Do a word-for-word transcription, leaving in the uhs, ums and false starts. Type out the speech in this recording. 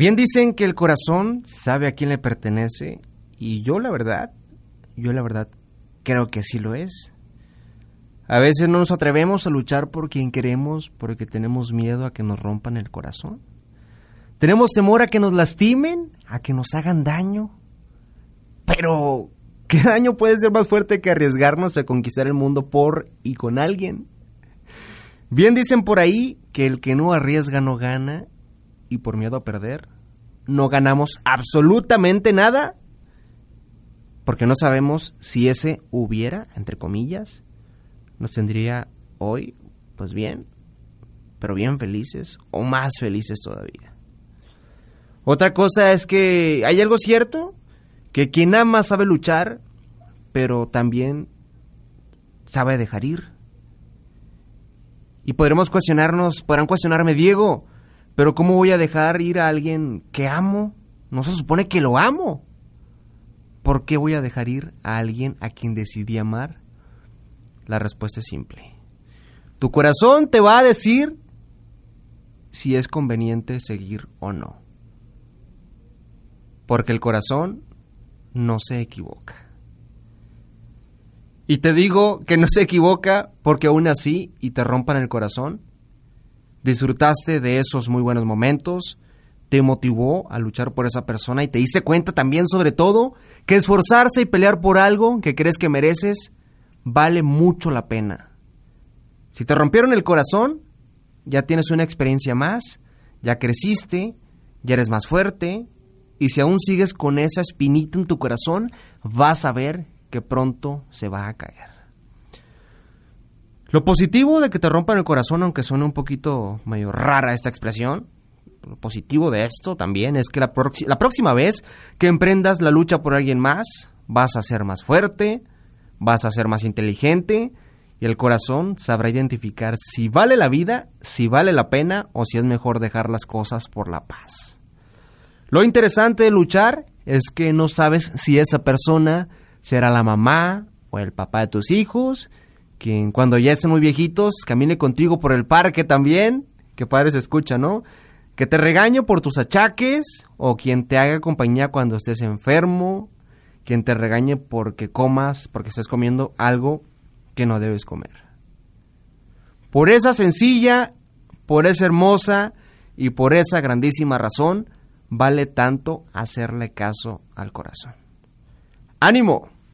Bien dicen que el corazón sabe a quién le pertenece, y yo la verdad, yo la verdad creo que así lo es. A veces no nos atrevemos a luchar por quien queremos porque tenemos miedo a que nos rompan el corazón. Tenemos temor a que nos lastimen, a que nos hagan daño. Pero, ¿qué daño puede ser más fuerte que arriesgarnos a conquistar el mundo por y con alguien? Bien dicen por ahí que el que no arriesga no gana, y por miedo a perder, no ganamos absolutamente nada, porque no sabemos si ese hubiera, entre comillas, nos tendría hoy, pues bien, pero bien felices, o más felices todavía. Otra cosa es que hay algo cierto, que quien ama sabe luchar, pero también sabe dejar ir. Y podremos cuestionarnos, podrán cuestionarme, Diego, pero ¿cómo voy a dejar ir a alguien que amo? No se supone que lo amo. ¿Por qué voy a dejar ir a alguien a quien decidí amar? La respuesta es simple. Tu corazón te va a decir si es conveniente seguir o no. Porque el corazón no se equivoca. Y te digo que no se equivoca porque aún así, y te rompan el corazón, disfrutaste de esos muy buenos momentos, te motivó a luchar por esa persona y te diste cuenta también, sobre todo, que esforzarse y pelear por algo que crees que mereces vale mucho la pena. Si te rompieron el corazón, ya tienes una experiencia más, ya creciste, ya eres más fuerte, y si aún sigues con esa espinita en tu corazón, vas a ver que pronto se va a caer. Lo positivo de que te rompan el corazón, aunque suene un poquito medio rara esta expresión, lo positivo de esto también es que la, proxi- la próxima vez que emprendas la lucha por alguien más, vas a ser más fuerte, vas a ser más inteligente, y el corazón sabrá identificar si vale la vida, si vale la pena, o si es mejor dejar las cosas por la paz. Lo interesante de luchar es que no sabes si esa persona será la mamá o el papá de tus hijos, quien cuando ya estén muy viejitos camine contigo por el parque también, que padre se escucha, ¿no? Que te regañe por tus achaques, o quien te haga compañía cuando estés enfermo, quien te regañe porque comas, porque estés comiendo algo que no debes comer. Por esa sencilla, por esa hermosa y por esa grandísima razón, vale tanto hacerle caso al corazón. ¡Ánimo!